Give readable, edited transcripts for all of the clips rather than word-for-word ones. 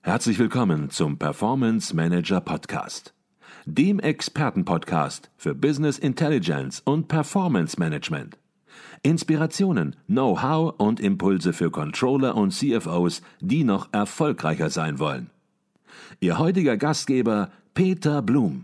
Herzlich willkommen zum Performance Manager Podcast, dem Expertenpodcast für Business Intelligence und Performance Management. Inspirationen, Know-how und Impulse für Controller und CFOs, die noch erfolgreicher sein wollen. Ihr heutiger Gastgeber Peter Blum.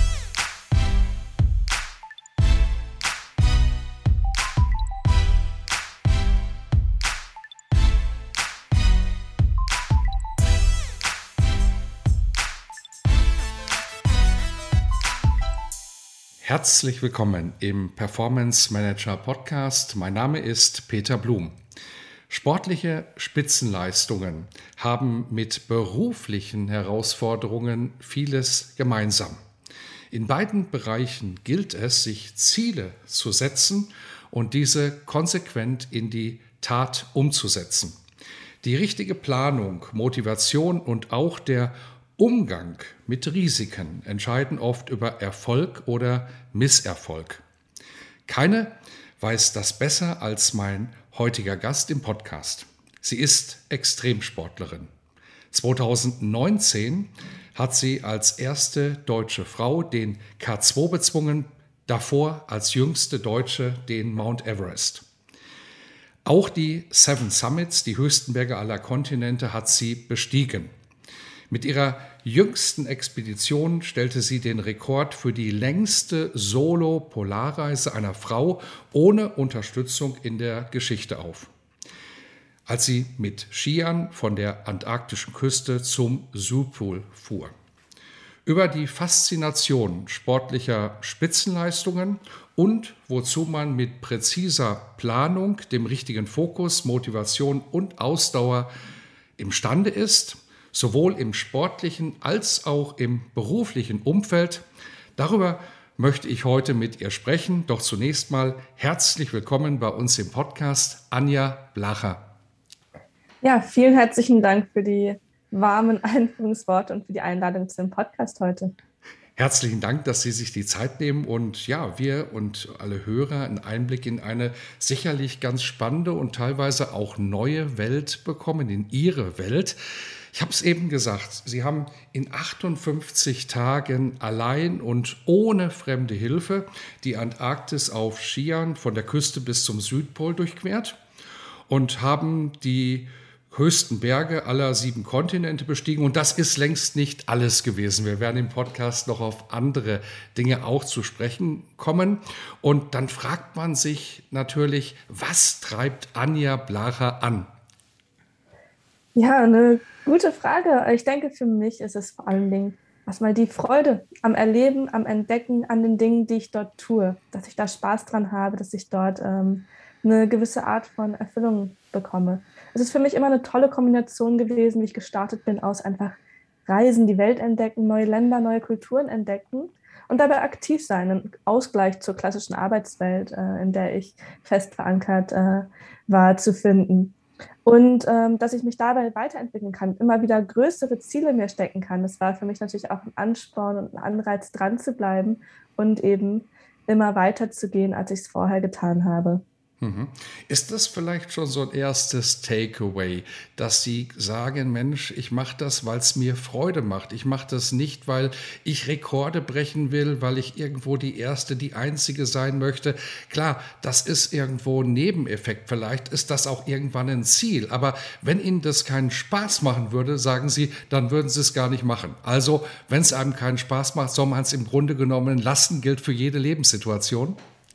Herzlich willkommen im Performance Manager Podcast. Mein Name ist Peter Blum. Sportliche Spitzenleistungen haben mit beruflichen Herausforderungen vieles gemeinsam. In beiden Bereichen gilt es, sich Ziele zu setzen und diese konsequent in die Tat umzusetzen. Die richtige Planung, Motivation und auch der Umgang mit Risiken entscheiden oft über Erfolg oder Misserfolg. Keine weiß das besser als mein heutiger Gast im Podcast. Sie ist Extremsportlerin. 2019 hat sie als erste deutsche Frau den K2 bezwungen, davor als jüngste Deutsche den Mount Everest. Auch die Seven Summits, die höchsten Berge aller Kontinente, hat sie bestiegen. Mit ihrer jüngsten Expedition stellte sie den Rekord für die längste Solo-Polarreise einer Frau ohne Unterstützung in der Geschichte auf, als sie mit Skiern von der antarktischen Küste zum Südpol fuhr. Über die Faszination sportlicher Spitzenleistungen und wozu man mit präziser Planung, dem richtigen Fokus, Motivation und Ausdauer imstande ist, sowohl im sportlichen als auch im beruflichen Umfeld. Darüber möchte ich heute mit ihr sprechen. Doch zunächst mal herzlich willkommen bei uns im Podcast, Anja Blacher. Ja, vielen herzlichen Dank für die warmen Einführungsworte und für die Einladung zum Podcast heute. Herzlichen Dank, dass Sie sich die Zeit nehmen und ja, wir und alle Hörer einen Einblick in eine sicherlich ganz spannende und teilweise auch neue Welt bekommen, in Ihre Welt. Ich habe es eben gesagt, Sie haben in 58 Tagen allein und ohne fremde Hilfe die Antarktis auf Skiern von der Küste bis zum Südpol durchquert und haben die höchsten Berge aller 7 Kontinente bestiegen. Und das ist längst nicht alles gewesen. Wir werden im Podcast noch auf andere Dinge auch zu sprechen kommen. Und dann fragt man sich natürlich, was treibt Anja Blacher an? Ja, eine gute Frage. Ich denke, für mich ist es vor allen Dingen erstmal die Freude am Erleben, am Entdecken, an den Dingen, die ich dort tue. Dass ich da Spaß dran habe, dass ich dort eine gewisse Art von Erfüllung bekomme. Es ist für mich immer eine tolle Kombination gewesen, wie ich gestartet bin, aus einfach Reisen, die Welt entdecken, neue Länder, neue Kulturen entdecken und dabei aktiv sein, einen Ausgleich zur klassischen Arbeitswelt, in der ich fest verankert war, zu finden. Und dass ich mich dabei weiterentwickeln kann, immer wieder größere Ziele mir stecken kann. Das war für mich natürlich auch ein Ansporn und ein Anreiz, dran zu bleiben und eben immer weiter zu gehen, als ich es vorher getan habe. Ist das vielleicht schon so ein erstes Takeaway, dass Sie sagen, Mensch, ich mache das, weil es mir Freude macht. Ich mache das nicht, weil ich Rekorde brechen will, weil ich irgendwo die Erste, die Einzige sein möchte. Klar, das ist irgendwo ein Nebeneffekt. Vielleicht ist das auch irgendwann ein Ziel. Aber wenn Ihnen das keinen Spaß machen würde, sagen Sie, dann würden Sie es gar nicht machen. Also, wenn es einem keinen Spaß macht, soll man es im Grunde genommen lassen, gilt für jede Lebenssituation.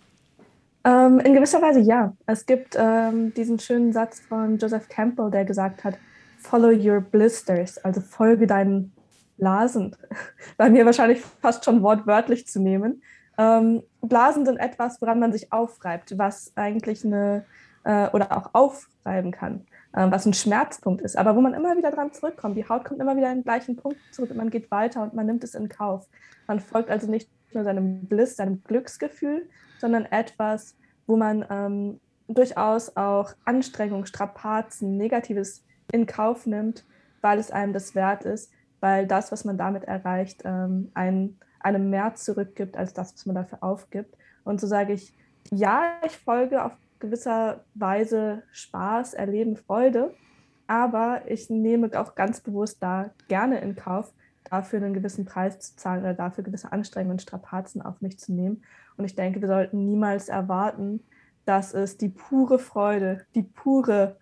In gewisser Weise ja. Es gibt diesen schönen Satz von Joseph Campbell, der gesagt hat, follow your blisters, also folge deinen Blasen. Bei mir wahrscheinlich fast schon wortwörtlich zu nehmen. Blasen sind etwas, woran man sich aufreibt, was eigentlich oder auch aufreiben kann, was ein Schmerzpunkt ist, aber wo man immer wieder dran zurückkommt. Die Haut kommt immer wieder an den gleichen Punkt zurück und man geht weiter und man nimmt es in Kauf. Man folgt also nicht nur seinem Bliss, seinem Glücksgefühl, sondern etwas, wo man durchaus auch Anstrengung, Strapazen, Negatives in Kauf nimmt, weil es einem das wert ist, weil das, was man damit erreicht, einem mehr zurückgibt, als das, was man dafür aufgibt. Und so sage ich, ja, ich folge auf gewisser Weise Spaß, Erleben, Freude, Aber ich nehme auch ganz bewusst da gerne in Kauf, dafür einen gewissen Preis zu zahlen oder dafür gewisse Anstrengungen und Strapazen auf mich zu nehmen. Und ich denke, wir sollten niemals erwarten, dass es die pure Freude, die pure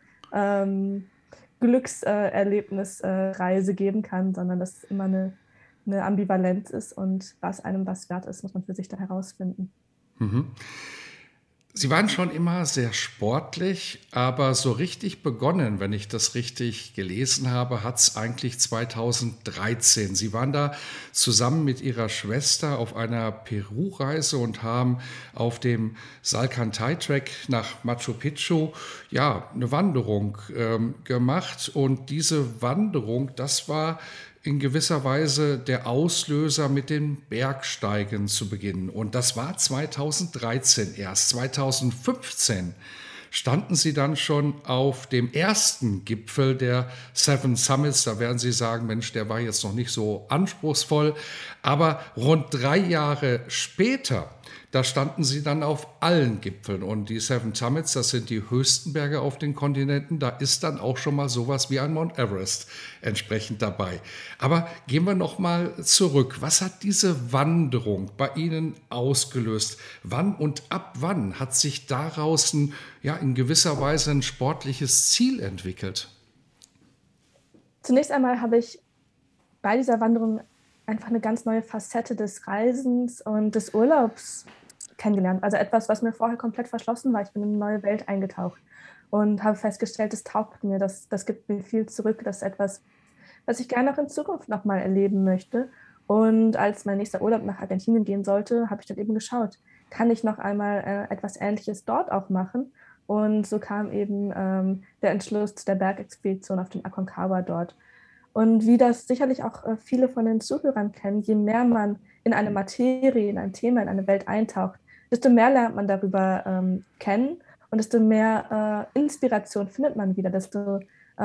Glückserlebnisreise geben kann, sondern dass es immer eine Ambivalenz ist und was einem was wert ist, muss man für sich da herausfinden. Sie waren schon immer sehr sportlich, aber so richtig begonnen, wenn ich das richtig gelesen habe, hat es eigentlich 2013. Sie waren da zusammen mit Ihrer Schwester auf einer Peru-Reise und haben auf dem Salcantay-Track nach Machu Picchu ja eine Wanderung gemacht. Und diese Wanderung, das war in gewisser Weise der Auslöser, mit den Bergsteigen zu beginnen. Und das war 2013 erst. 2015 standen Sie dann schon auf dem ersten Gipfel der Seven Summits. Da werden Sie sagen, Mensch, der war jetzt noch nicht so anspruchsvoll. Aber rund 3 Jahre später, da standen Sie dann auf allen Gipfeln. Und die Seven Summits, das sind die höchsten Berge auf den Kontinenten. Da ist dann auch schon mal sowas wie ein Mount Everest entsprechend dabei. Aber gehen wir noch mal zurück. Was hat diese Wanderung bei Ihnen ausgelöst? Wann und ab wann hat sich daraus in gewisser Weise ein sportliches Ziel entwickelt? Zunächst einmal habe ich bei dieser Wanderung einfach eine ganz neue Facette des Reisens und des Urlaubs kennengelernt. Also etwas, was mir vorher komplett verschlossen war. Ich bin in eine neue Welt eingetaucht und habe festgestellt, das taugt mir, das gibt mir viel zurück. Das ist etwas, was ich gerne auch in Zukunft nochmal erleben möchte. Und als mein nächster Urlaub nach Argentinien gehen sollte, habe ich dann eben geschaut, kann ich noch einmal etwas Ähnliches dort auch machen? Und so kam eben der Entschluss der Bergexpedition auf den Aconcagua dort. Und wie das sicherlich auch viele von den Zuhörern kennen, je mehr man in eine Materie, in ein Thema, in eine Welt eintaucht, desto mehr lernt man darüber kennen und desto mehr Inspiration findet man wieder, desto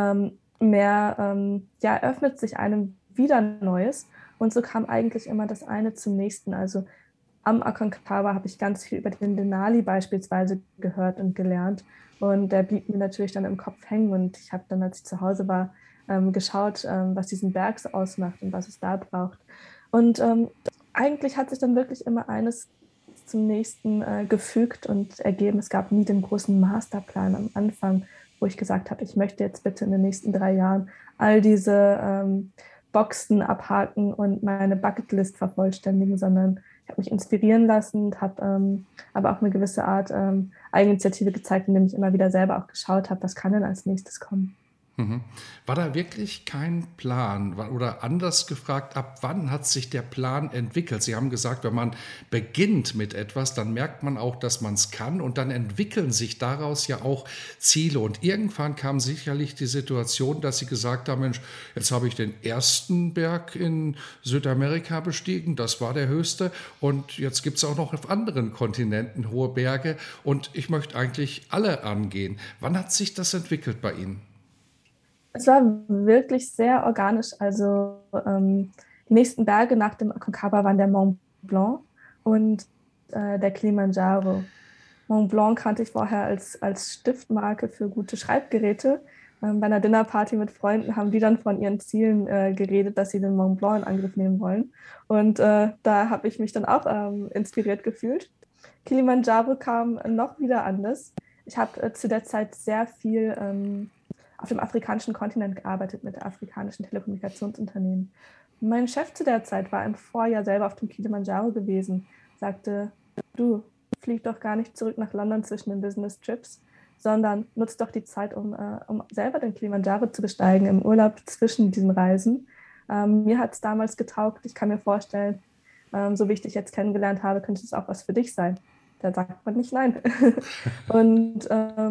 mehr öffnet sich einem wieder Neues. Und so kam eigentlich immer das eine zum nächsten. Also am Aconcagua habe ich ganz viel über den Denali beispielsweise gehört und gelernt. Und der blieb mir natürlich dann im Kopf hängen. Und ich habe dann, als ich zu Hause war, geschaut, was diesen Berg so ausmacht und was es da braucht. Und eigentlich hat sich dann wirklich immer eines zum nächsten gefügt und ergeben. Es gab nie den großen Masterplan am Anfang, wo ich gesagt habe, ich möchte jetzt bitte in den nächsten 3 Jahren all diese Boxen abhaken und meine Bucketlist vervollständigen, sondern ich habe mich inspirieren lassen und habe aber auch eine gewisse Art Eigeninitiative gezeigt, indem ich immer wieder selber auch geschaut habe, was kann denn als nächstes kommen. War da wirklich kein Plan? Oder anders gefragt, ab wann hat sich der Plan entwickelt? Sie haben gesagt, wenn man beginnt mit etwas, dann merkt man auch, dass man es kann und dann entwickeln sich daraus ja auch Ziele. Und irgendwann kam sicherlich die Situation, dass Sie gesagt haben, Mensch, jetzt habe ich den ersten Berg in Südamerika bestiegen, das war der höchste und jetzt gibt es auch noch auf anderen Kontinenten hohe Berge und ich möchte eigentlich alle angehen. Wann hat sich das entwickelt bei Ihnen? Es war wirklich sehr organisch. Also die nächsten Berge nach dem Aconcagua waren der Mont Blanc und der Kilimanjaro. Mont Blanc kannte ich vorher als Stiftmarke für gute Schreibgeräte. Bei einer Dinnerparty mit Freunden haben die dann von ihren Zielen geredet, dass sie den Mont Blanc in Angriff nehmen wollen. Und da habe ich mich dann auch inspiriert gefühlt. Kilimanjaro kam noch wieder anders. Ich habe zu der Zeit sehr viel auf dem afrikanischen Kontinent gearbeitet mit afrikanischen Telekommunikationsunternehmen. Mein Chef zu der Zeit war im Vorjahr selber auf dem Kilimanjaro gewesen, sagte, du, flieg doch gar nicht zurück nach London zwischen den Business-Trips, sondern nutzt doch die Zeit, um selber den Kilimanjaro zu besteigen im Urlaub zwischen diesen Reisen. Mir hat es damals getaugt. Ich kann mir vorstellen, so wie ich dich jetzt kennengelernt habe, könnte es auch was für dich sein. Da sagt man nicht nein. Und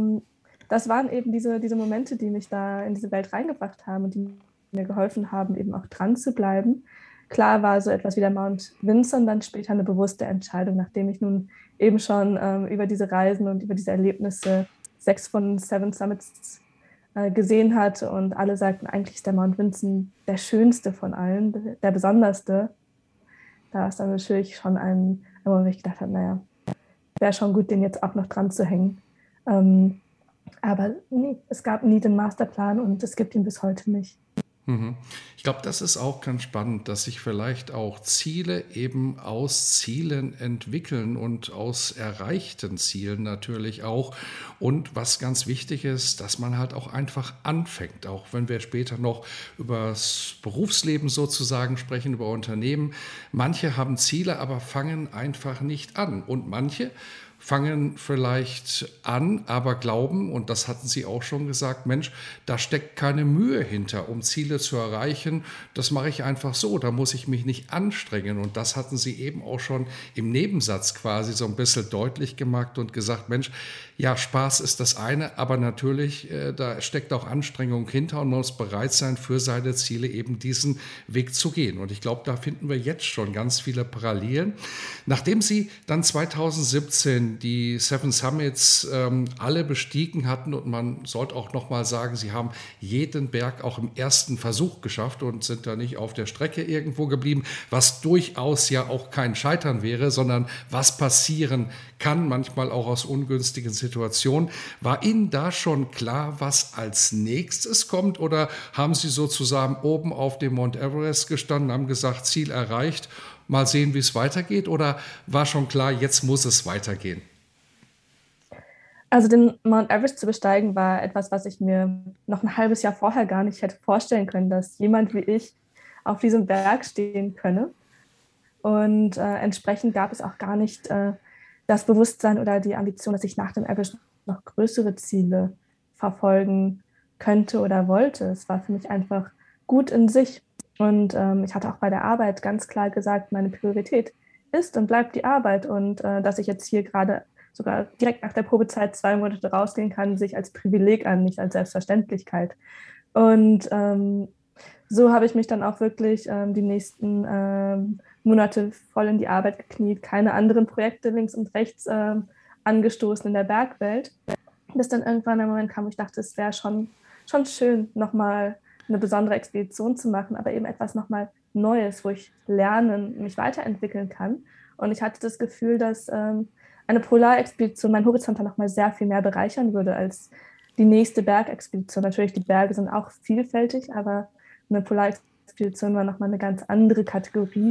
das waren eben diese Momente, die mich da in diese Welt reingebracht haben und die mir geholfen haben, eben auch dran zu bleiben. Klar war so etwas wie der Mount Vinson dann später eine bewusste Entscheidung, nachdem ich nun eben schon über diese Reisen und über diese Erlebnisse 6 von 7 Summits gesehen hatte und alle sagten, eigentlich ist der Mount Vinson der schönste von allen, der besonderste. Da ist dann natürlich schon ein Moment, wo ich gedacht habe, naja, wäre schon gut, den jetzt auch noch dran zu hängen. Aber nee, es gab nie den Masterplan und es gibt ihn bis heute nicht. Ich glaube, das ist auch ganz spannend, dass sich vielleicht auch Ziele eben aus Zielen entwickeln und aus erreichten Zielen natürlich auch. Und was ganz wichtig ist, dass man halt auch einfach anfängt, auch wenn wir später noch über das Berufsleben sozusagen sprechen, über Unternehmen. Manche haben Ziele, aber fangen einfach nicht an. Und manche fangen vielleicht an, aber glauben, und das hatten Sie auch schon gesagt, Mensch, da steckt keine Mühe hinter, um Ziele zu erreichen. Das mache ich einfach so, da muss ich mich nicht anstrengen. Und das hatten Sie eben auch schon im Nebensatz quasi so ein bisschen deutlich gemacht und gesagt, Mensch, ja, Spaß ist das eine, aber natürlich, da steckt auch Anstrengung hinter und man muss bereit sein, für seine Ziele eben diesen Weg zu gehen. Und ich glaube, da finden wir jetzt schon ganz viele Parallelen. Nachdem Sie dann 2017 die Seven Summits alle bestiegen hatten, und man sollte auch noch mal sagen, Sie haben jeden Berg auch im ersten Versuch geschafft und sind da nicht auf der Strecke irgendwo geblieben, was durchaus ja auch kein Scheitern wäre, sondern was passieren kann, manchmal auch aus ungünstigen Situationen. War Ihnen da schon klar, was als nächstes kommt, oder haben Sie sozusagen oben auf dem Mount Everest gestanden, haben gesagt, Ziel erreicht, mal sehen, wie es weitergeht, oder war schon klar, jetzt muss es weitergehen? Also den Mount Everest zu besteigen war etwas, was ich mir noch ein halbes Jahr vorher gar nicht hätte vorstellen können, dass jemand wie ich auf diesem Berg stehen könne. Und entsprechend gab es auch gar nicht das Bewusstsein oder die Ambition, dass ich nach dem Everest noch größere Ziele verfolgen könnte oder wollte. Es war für mich einfach gut in sich. Und ich hatte auch bei der Arbeit ganz klar gesagt, meine Priorität ist und bleibt die Arbeit. Und dass ich jetzt hier gerade sogar direkt nach der Probezeit 2 Monate rausgehen kann, sich als Privileg an, nicht als Selbstverständlichkeit. Und so habe ich mich dann auch wirklich die nächsten Monate voll in die Arbeit gekniet, keine anderen Projekte links und rechts angestoßen in der Bergwelt, bis dann irgendwann der Moment kam, wo ich dachte, es wäre schon schön, nochmal eine besondere Expedition zu machen, aber eben etwas nochmal Neues, wo ich lernen, mich weiterentwickeln kann. Und ich hatte das Gefühl, dass eine Polarexpedition meinen Horizont dann nochmal sehr viel mehr bereichern würde als die nächste Bergexpedition. Natürlich, die Berge sind auch vielfältig, aber eine Polarexpedition war nochmal eine ganz andere Kategorie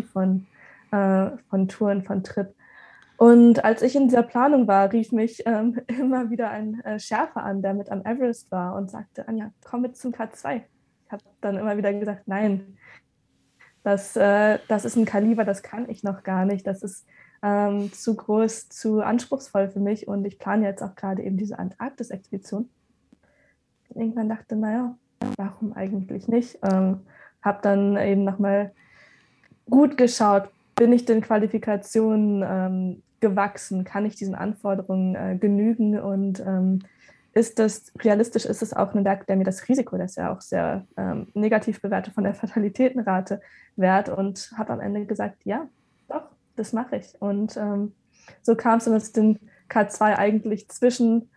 von Touren, von Trip. Und als ich in dieser Planung war, rief mich immer wieder ein Sherpa an, der mit am Everest war und sagte, Anja, komm mit zum K2. Ich habe dann immer wieder gesagt, nein, das ist ein Kaliber, das kann ich noch gar nicht. Das ist zu groß, zu anspruchsvoll für mich. Und ich plane jetzt auch gerade eben diese Antarktis-Expedition. Irgendwann dachte, naja, warum eigentlich nicht? Habe dann eben nochmal gut geschaut, bin ich den Qualifikationen gewachsen, kann ich diesen Anforderungen genügen und ist das realistisch, ist es auch ein Berg, der mir das Risiko, das ja auch sehr negativ bewertet von der Fatalitätenrate wert, und habe am Ende gesagt, ja, doch, das mache ich. Und so kam es, dass ich den K2 eigentlich zwischen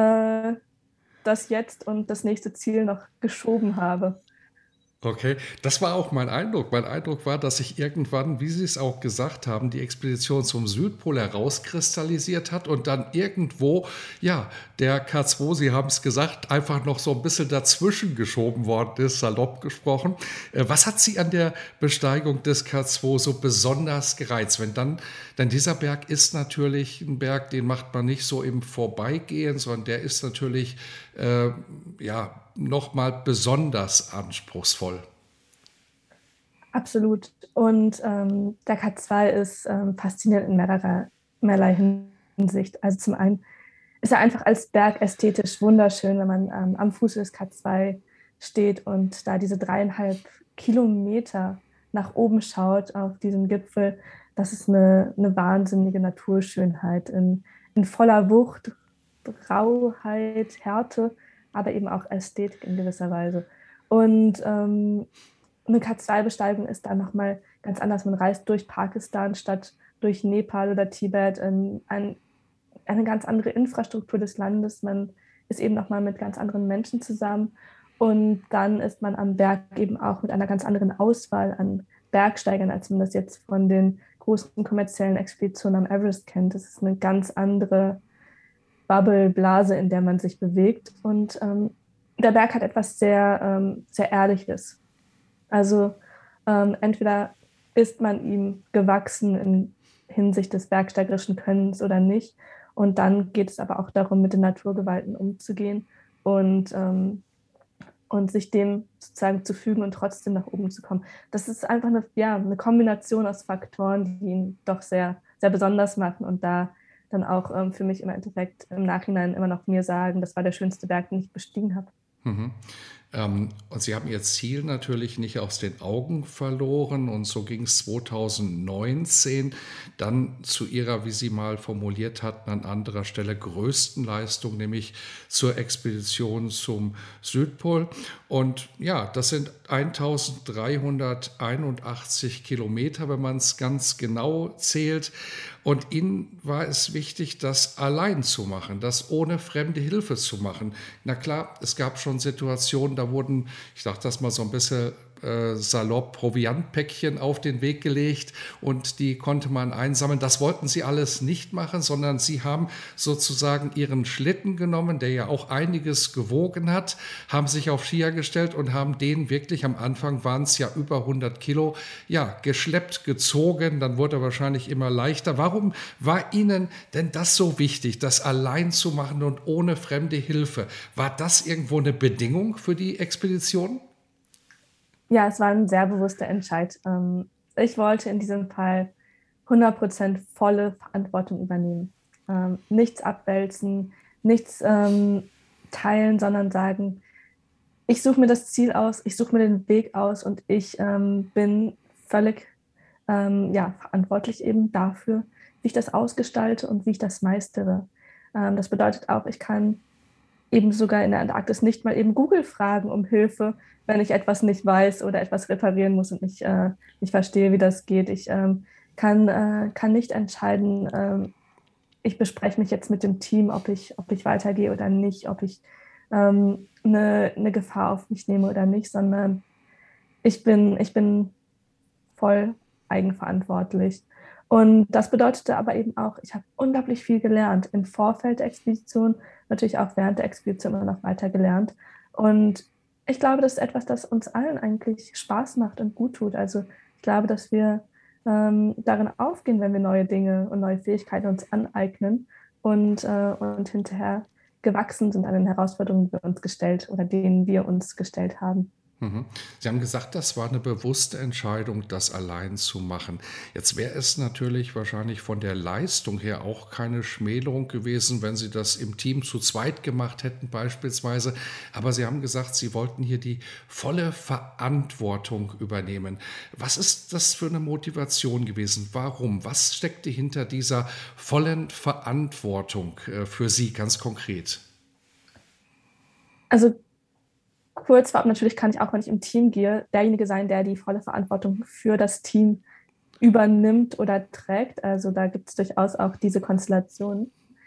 das Jetzt und das nächste Ziel noch geschoben habe. Okay, das war auch mein Eindruck. Mein Eindruck war, dass sich irgendwann, wie Sie es auch gesagt haben, die Expedition zum Südpol herauskristallisiert hat und dann irgendwo, ja, der K2, Sie haben es gesagt, einfach noch so ein bisschen dazwischen geschoben worden ist, salopp gesprochen. Was hat Sie an der Besteigung des K2 so besonders gereizt? Denn dieser Berg ist natürlich ein Berg, den macht man nicht so im Vorbeigehen, sondern der ist natürlich, ja, nochmal besonders anspruchsvoll. Absolut. Und der K2 ist faszinierend in mehrerlei Hinsicht. Also zum einen ist er einfach als Berg ästhetisch wunderschön, wenn man am Fuße des K2 steht und da diese 3,5 Kilometer nach oben schaut auf diesen Gipfel. Das ist eine wahnsinnige Naturschönheit in voller Wucht, Rauheit, Härte, aber eben auch Ästhetik in gewisser Weise. Und eine K2-Besteigung ist dann nochmal ganz anders. Man reist durch Pakistan statt durch Nepal oder Tibet in eine ganz andere Infrastruktur des Landes. Man ist eben nochmal mit ganz anderen Menschen zusammen. Und dann ist man am Berg eben auch mit einer ganz anderen Auswahl an Bergsteigern, als man das jetzt von den großen kommerziellen Expeditionen am Everest kennt. Das ist eine ganz andere Bubble, Blase, in der man sich bewegt. Und der Berg hat etwas sehr, sehr Ehrliches. Also entweder ist man ihm gewachsen in Hinsicht des bergsteigerischen Könnens oder nicht. Und dann geht es aber auch darum, mit den Naturgewalten umzugehen und sich dem sozusagen zu fügen und trotzdem nach oben zu kommen. Das ist einfach eine Kombination aus Faktoren, die ihn doch sehr, sehr besonders machen und da dann auch für mich im Endeffekt im Nachhinein immer noch mir sagen, das war der schönste Berg, den ich bestiegen habe. Mhm. Und Sie haben Ihr Ziel natürlich nicht aus den Augen verloren und so ging es 2019 dann zu Ihrer, wie Sie mal formuliert hatten, an anderer Stelle größten Leistung, nämlich zur Expedition zum Südpol. Und ja, das sind 1381 Kilometer, wenn man es ganz genau zählt. Und Ihnen war es wichtig, das allein zu machen, das ohne fremde Hilfe zu machen. Na klar, es gab schon Situationen, da wurden, ich sage das mal so ein bisschen salopp, Proviantpäckchen auf den Weg gelegt und die konnte man einsammeln. Das wollten Sie alles nicht machen, sondern Sie haben sozusagen Ihren Schlitten genommen, der ja auch einiges gewogen hat, haben sich auf Skier gestellt und haben den wirklich, am Anfang waren es ja über 100 Kilo, ja, geschleppt, gezogen, dann wurde er wahrscheinlich immer leichter. Warum war Ihnen denn das so wichtig, das allein zu machen und ohne fremde Hilfe? War das irgendwo eine Bedingung für die Expedition? Ja, es war ein sehr bewusster Entscheid. Ich wollte in diesem Fall 100% volle Verantwortung übernehmen. Nichts abwälzen, nichts teilen, sondern sagen, ich suche mir das Ziel aus, ich suche mir den Weg aus und ich bin völlig verantwortlich eben dafür, wie ich das ausgestalte und wie ich das meistere. Das bedeutet auch, ich kann eben sogar in der Antarktis nicht mal eben Google fragen um Hilfe, wenn ich etwas nicht weiß oder etwas reparieren muss und nicht verstehe, wie das geht. Ich kann nicht entscheiden, ich bespreche mich jetzt mit dem Team, ob ich weitergehe oder nicht, ob ich eine Gefahr auf mich nehme oder nicht, sondern ich bin voll eigenverantwortlich. Und das bedeutete aber eben auch, ich habe unglaublich viel gelernt im Vorfeld der Expedition, natürlich auch während der Expedition immer noch weiter gelernt. Und ich glaube, das ist etwas, das uns allen eigentlich Spaß macht und gut tut. Also ich glaube, dass wir darin aufgehen, wenn wir neue Dinge und neue Fähigkeiten uns aneignen und hinterher gewachsen sind an den Herausforderungen, die wir uns gestellt oder denen wir uns gestellt haben. Sie haben gesagt, das war eine bewusste Entscheidung, das allein zu machen. Jetzt wäre es natürlich wahrscheinlich von der Leistung her auch keine Schmälerung gewesen, wenn Sie das im Team zu zweit gemacht hätten beispielsweise. Aber Sie haben gesagt, Sie wollten hier die volle Verantwortung übernehmen. Was ist das für eine Motivation gewesen? Warum? Was steckte hinter dieser vollen Verantwortung für Sie ganz konkret? Also kurz vorab, natürlich kann ich auch, wenn ich im Team gehe, derjenige sein, der die volle Verantwortung für das Team übernimmt oder trägt. Also da gibt es durchaus auch diese Konstellation.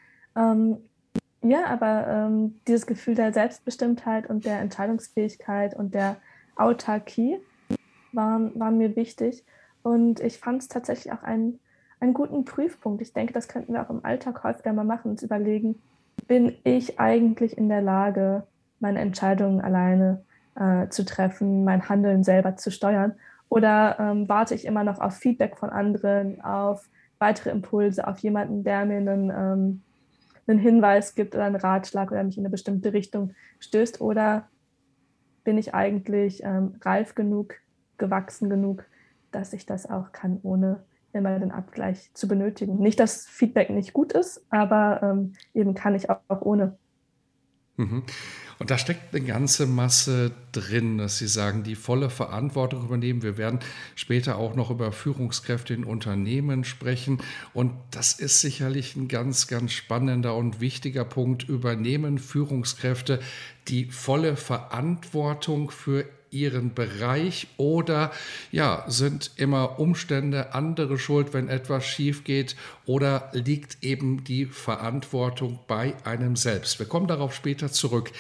Aber dieses Gefühl der Selbstbestimmtheit und der Entscheidungsfähigkeit und der Autarkie waren mir wichtig. Und ich fand es tatsächlich auch einen guten Prüfpunkt. Ich denke, das könnten wir auch im Alltag häufiger mal machen, uns überlegen, bin ich eigentlich in der Lage, meine Entscheidungen alleine zu treffen, mein Handeln selber zu steuern? Oder warte ich immer noch auf Feedback von anderen, auf weitere Impulse, auf jemanden, der mir einen Hinweis gibt oder einen Ratschlag oder mich in eine bestimmte Richtung stößt? Oder bin ich eigentlich reif genug, gewachsen genug, dass ich das auch kann, ohne immer den Abgleich zu benötigen? Nicht, dass Feedback nicht gut ist, aber eben kann ich auch ohne. Und da steckt eine ganze Masse drin, dass Sie sagen, die volle Verantwortung übernehmen. Wir werden später auch noch über Führungskräfte in Unternehmen sprechen. Und das ist sicherlich ein ganz, ganz spannender und wichtiger Punkt. Übernehmen Führungskräfte die volle Verantwortung für ihren Bereich oder sind immer Umstände, andere schuld, wenn etwas schief geht, oder liegt eben die Verantwortung bei einem selbst? Wir kommen darauf später zurück.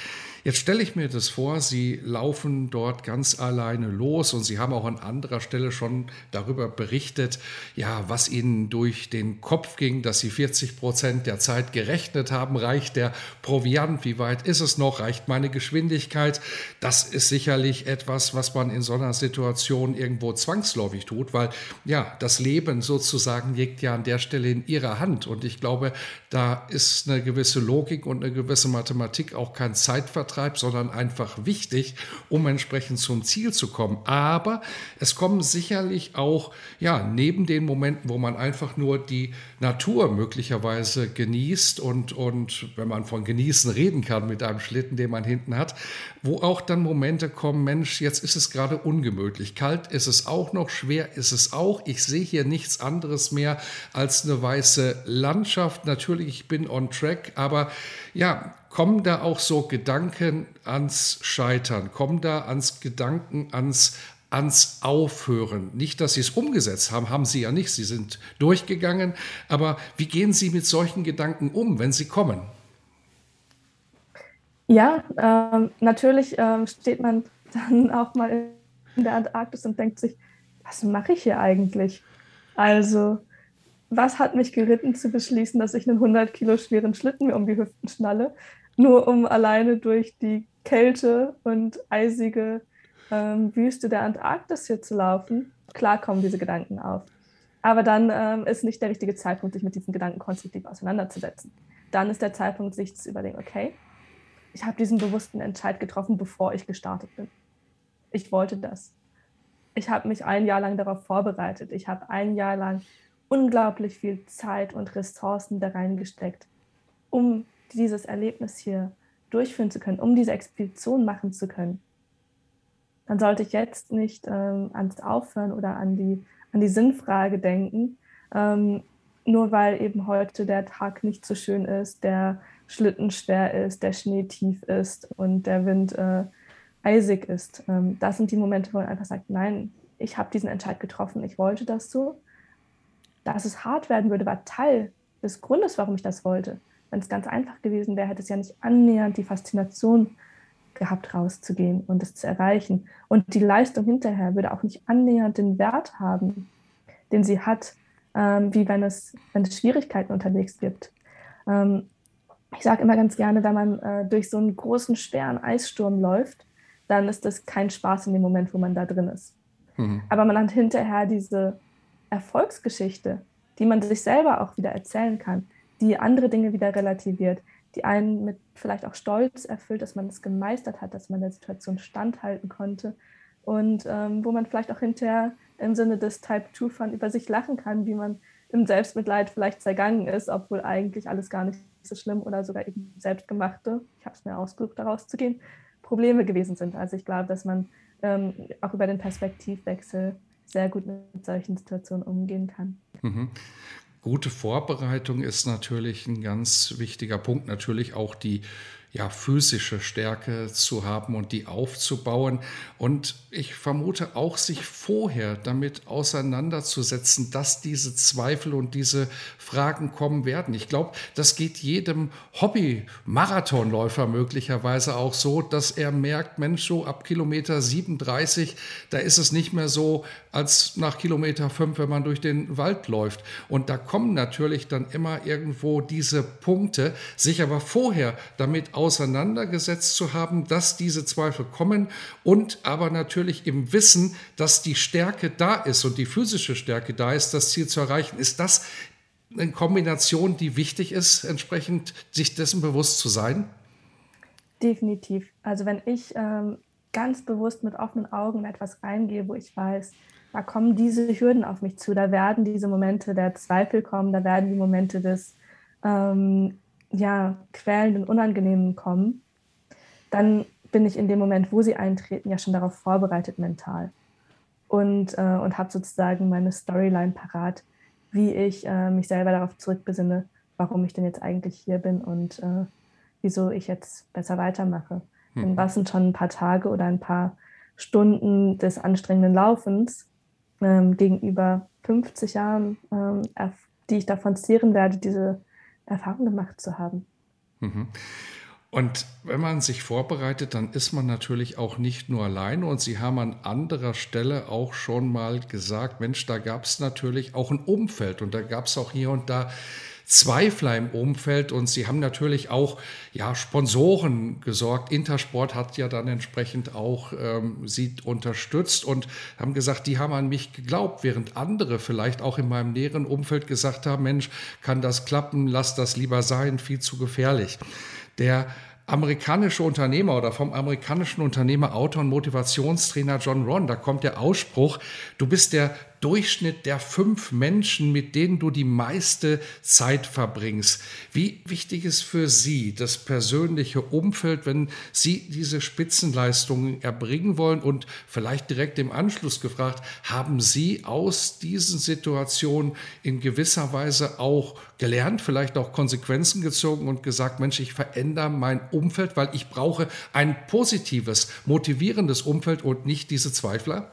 Jetzt stelle ich mir das vor, Sie laufen dort ganz alleine los und Sie haben auch an anderer Stelle schon darüber berichtet, ja, was Ihnen durch den Kopf ging, dass Sie 40% der Zeit gerechnet haben. Reicht der Proviant? Wie weit ist es noch? Reicht meine Geschwindigkeit? Das ist sicherlich etwas, was man in so einer Situation irgendwo zwangsläufig tut, weil ja, das Leben sozusagen liegt ja an der Stelle in Ihrer Hand. Und ich glaube, da ist eine gewisse Logik und eine gewisse Mathematik auch kein Zeitvertreib, sondern einfach wichtig, um entsprechend zum Ziel zu kommen. Aber es kommen sicherlich auch, ja, neben den Momenten, wo man einfach nur die Natur möglicherweise genießt und wenn man von genießen reden kann mit einem Schlitten, den man hinten hat, wo auch dann Momente kommen, Mensch, jetzt ist es gerade ungemütlich. Kalt ist es auch noch, schwer ist es auch. Ich sehe hier nichts anderes mehr als eine weiße Landschaft. Natürlich, ich bin on track, aber ja, kommen da auch so Gedanken ans Scheitern? Kommen da Gedanken ans Aufhören? Nicht, dass Sie es umgesetzt haben, haben Sie ja nicht. Sie sind durchgegangen. Aber wie gehen Sie mit solchen Gedanken um, wenn sie kommen? Ja, natürlich steht man dann auch mal in der Antarktis und denkt sich, was mache ich hier eigentlich? Also, was hat mich geritten zu beschließen, dass ich einen 100 Kilo schweren Schlitten mir um die Hüften schnalle, nur um alleine durch die Kälte und eisige Wüste der Antarktis hier zu laufen? Klar kommen diese Gedanken auf. Aber dann ist nicht der richtige Zeitpunkt, sich mit diesen Gedanken konstruktiv auseinanderzusetzen. Dann ist der Zeitpunkt, sich zu überlegen, okay, ich habe diesen bewussten Entscheid getroffen, bevor ich gestartet bin. Ich wollte das. Ich habe mich ein Jahr lang darauf vorbereitet. Ich habe ein Jahr lang unglaublich viel Zeit und Ressourcen da reingesteckt, um dieses Erlebnis hier durchführen zu können, um diese Expedition machen zu können. Dann sollte ich jetzt nicht ans Aufhören oder an die Sinnfrage denken, nur weil eben heute der Tag nicht so schön ist, der Schlitten schwer ist, der Schnee tief ist und der Wind eisig ist. Das sind die Momente, wo man einfach sagt, nein, ich habe diesen Entscheid getroffen, ich wollte das so. Dass es hart werden würde, war Teil des Grundes, warum ich das wollte. Wenn es ganz einfach gewesen wäre, hätte es ja nicht annähernd die Faszination gehabt, rauszugehen und es zu erreichen. Und die Leistung hinterher würde auch nicht annähernd den Wert haben, den sie hat, wie wenn es Schwierigkeiten unterwegs gibt. Ich sage immer ganz gerne, wenn man durch so einen großen, schweren Eissturm läuft, dann ist das kein Spaß in dem Moment, wo man da drin ist. Aber man hat hinterher diese Erfolgsgeschichte, die man sich selber auch wieder erzählen kann, die andere Dinge wieder relativiert, die einen mit vielleicht auch Stolz erfüllt, dass man es gemeistert hat, dass man der Situation standhalten konnte und wo man vielleicht auch hinterher im Sinne des Type-2-Fun über sich lachen kann, wie man im Selbstmitleid vielleicht zergangen ist, obwohl eigentlich alles gar nicht so schlimm oder sogar eben selbstgemachte, ich habe es mir ausgesucht, daraus zu gehen, Probleme gewesen sind. Also ich glaube, dass man auch über den Perspektivwechsel sehr gut mit solchen Situationen umgehen kann. Gute Vorbereitung ist natürlich ein ganz wichtiger Punkt. Natürlich auch die physische Stärke zu haben und die aufzubauen. Und ich vermute auch, sich vorher damit auseinanderzusetzen, dass diese Zweifel und diese Fragen kommen werden. Ich glaube, das geht jedem Hobby-Marathonläufer möglicherweise auch so, dass er merkt, Mensch, so ab Kilometer 37, da ist es nicht mehr so, als nach Kilometer 5, wenn man durch den Wald läuft. Und da kommen natürlich dann immer irgendwo diese Punkte, sich aber vorher damit auseinandergesetzt zu haben, dass diese Zweifel kommen und aber natürlich im Wissen, dass die Stärke da ist und die physische Stärke da ist, das Ziel zu erreichen. Ist das eine Kombination, die wichtig ist, entsprechend sich dessen bewusst zu sein? Definitiv. Also wenn ich ganz bewusst mit offenen Augen in etwas reingehe, wo ich weiß, da kommen diese Hürden auf mich zu, da werden diese Momente der Zweifel kommen, da werden die Momente des quälenden, unangenehmen kommen, dann bin ich in dem Moment, wo sie eintreten, ja schon darauf vorbereitet mental und habe sozusagen meine Storyline parat, wie ich mich selber darauf zurückbesinne, warum ich denn jetzt eigentlich hier bin und wieso ich jetzt besser weitermache. Denn was sind schon ein paar Tage oder ein paar Stunden des anstrengenden Laufens gegenüber 50 Jahren, die ich davon zehren werde, diese Erfahrung gemacht zu haben. Und wenn man sich vorbereitet, dann ist man natürlich auch nicht nur alleine. Und Sie haben an anderer Stelle auch schon mal gesagt, Mensch, da gab es natürlich auch ein Umfeld und da gab es auch hier und da Zweifler im Umfeld. Und Sie haben natürlich auch Sponsoren gesorgt. Intersport hat ja dann entsprechend auch Sie unterstützt und haben gesagt, die haben an mich geglaubt, während andere vielleicht auch in meinem näheren Umfeld gesagt haben, Mensch, kann das klappen, lass das lieber sein, viel zu gefährlich. Der amerikanische Unternehmer oder vom amerikanischen Unternehmer, Autor und Motivationstrainer John Ron, da kommt der Ausspruch, du bist der Durchschnitt der 5 Menschen, mit denen du die meiste Zeit verbringst. Wie wichtig ist für Sie das persönliche Umfeld, wenn Sie diese Spitzenleistungen erbringen wollen? Und vielleicht direkt im Anschluss gefragt, haben Sie aus diesen Situationen in gewisser Weise auch gelernt, vielleicht auch Konsequenzen gezogen und gesagt, Mensch, ich verändere mein Umfeld, weil ich brauche ein positives, motivierendes Umfeld und nicht diese Zweifler?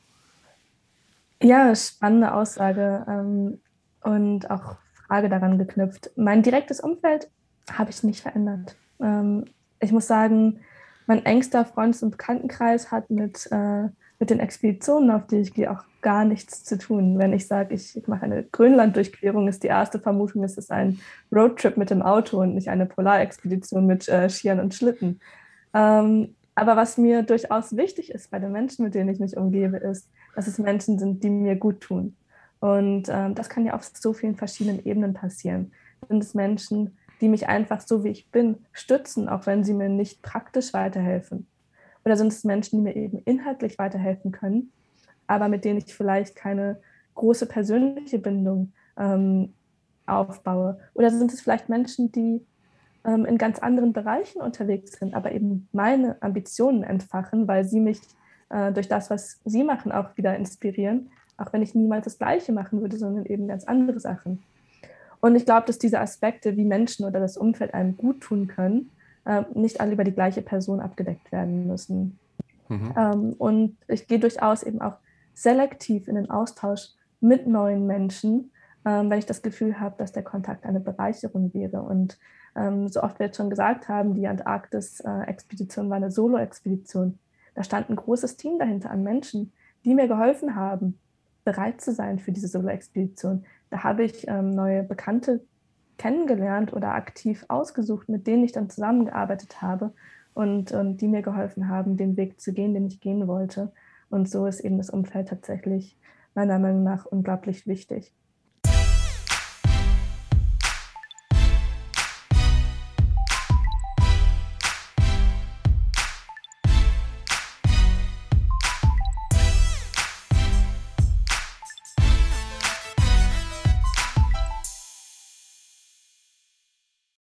Ja, spannende Aussage und auch Frage daran geknüpft. Mein direktes Umfeld habe ich nicht verändert. Ich muss sagen, mein engster Freundes- und Bekanntenkreis hat mit den Expeditionen, auf die ich gehe, auch gar nichts zu tun. Wenn ich sage, ich mache eine Grönland-Durchquerung, ist die erste Vermutung, es ist ein Roadtrip mit dem Auto und nicht eine Polarexpedition mit Skiern und Schlitten. Aber was mir durchaus wichtig ist bei den Menschen, mit denen ich mich umgebe, ist, dass es Menschen sind, die mir gut tun. Und das kann ja auf so vielen verschiedenen Ebenen passieren. Sind es Menschen, die mich einfach so, wie ich bin, stützen, auch wenn sie mir nicht praktisch weiterhelfen? Oder sind es Menschen, die mir eben inhaltlich weiterhelfen können, aber mit denen ich vielleicht keine große persönliche Bindung aufbaue? Oder sind es vielleicht Menschen, die in ganz anderen Bereichen unterwegs sind, aber eben meine Ambitionen entfachen, weil sie mich durch das, was sie machen, auch wieder inspirieren, auch wenn ich niemals das Gleiche machen würde, sondern eben ganz andere Sachen. Und ich glaube, dass diese Aspekte, wie Menschen oder das Umfeld einem gut tun können, nicht alle über die gleiche Person abgedeckt werden müssen. Und ich gehe durchaus eben auch selektiv in den Austausch mit neuen Menschen, wenn ich das Gefühl habe, dass der Kontakt eine Bereicherung wäre. Und so oft wir jetzt schon gesagt haben, die Antarktis-Expedition war eine Solo-Expedition. Da stand ein großes Team dahinter an Menschen, die mir geholfen haben, bereit zu sein für diese Solo-Expedition. Da habe ich neue Bekannte kennengelernt oder aktiv ausgesucht, mit denen ich dann zusammengearbeitet habe und die mir geholfen haben, den Weg zu gehen, den ich gehen wollte. Und so ist eben das Umfeld tatsächlich meiner Meinung nach unglaublich wichtig.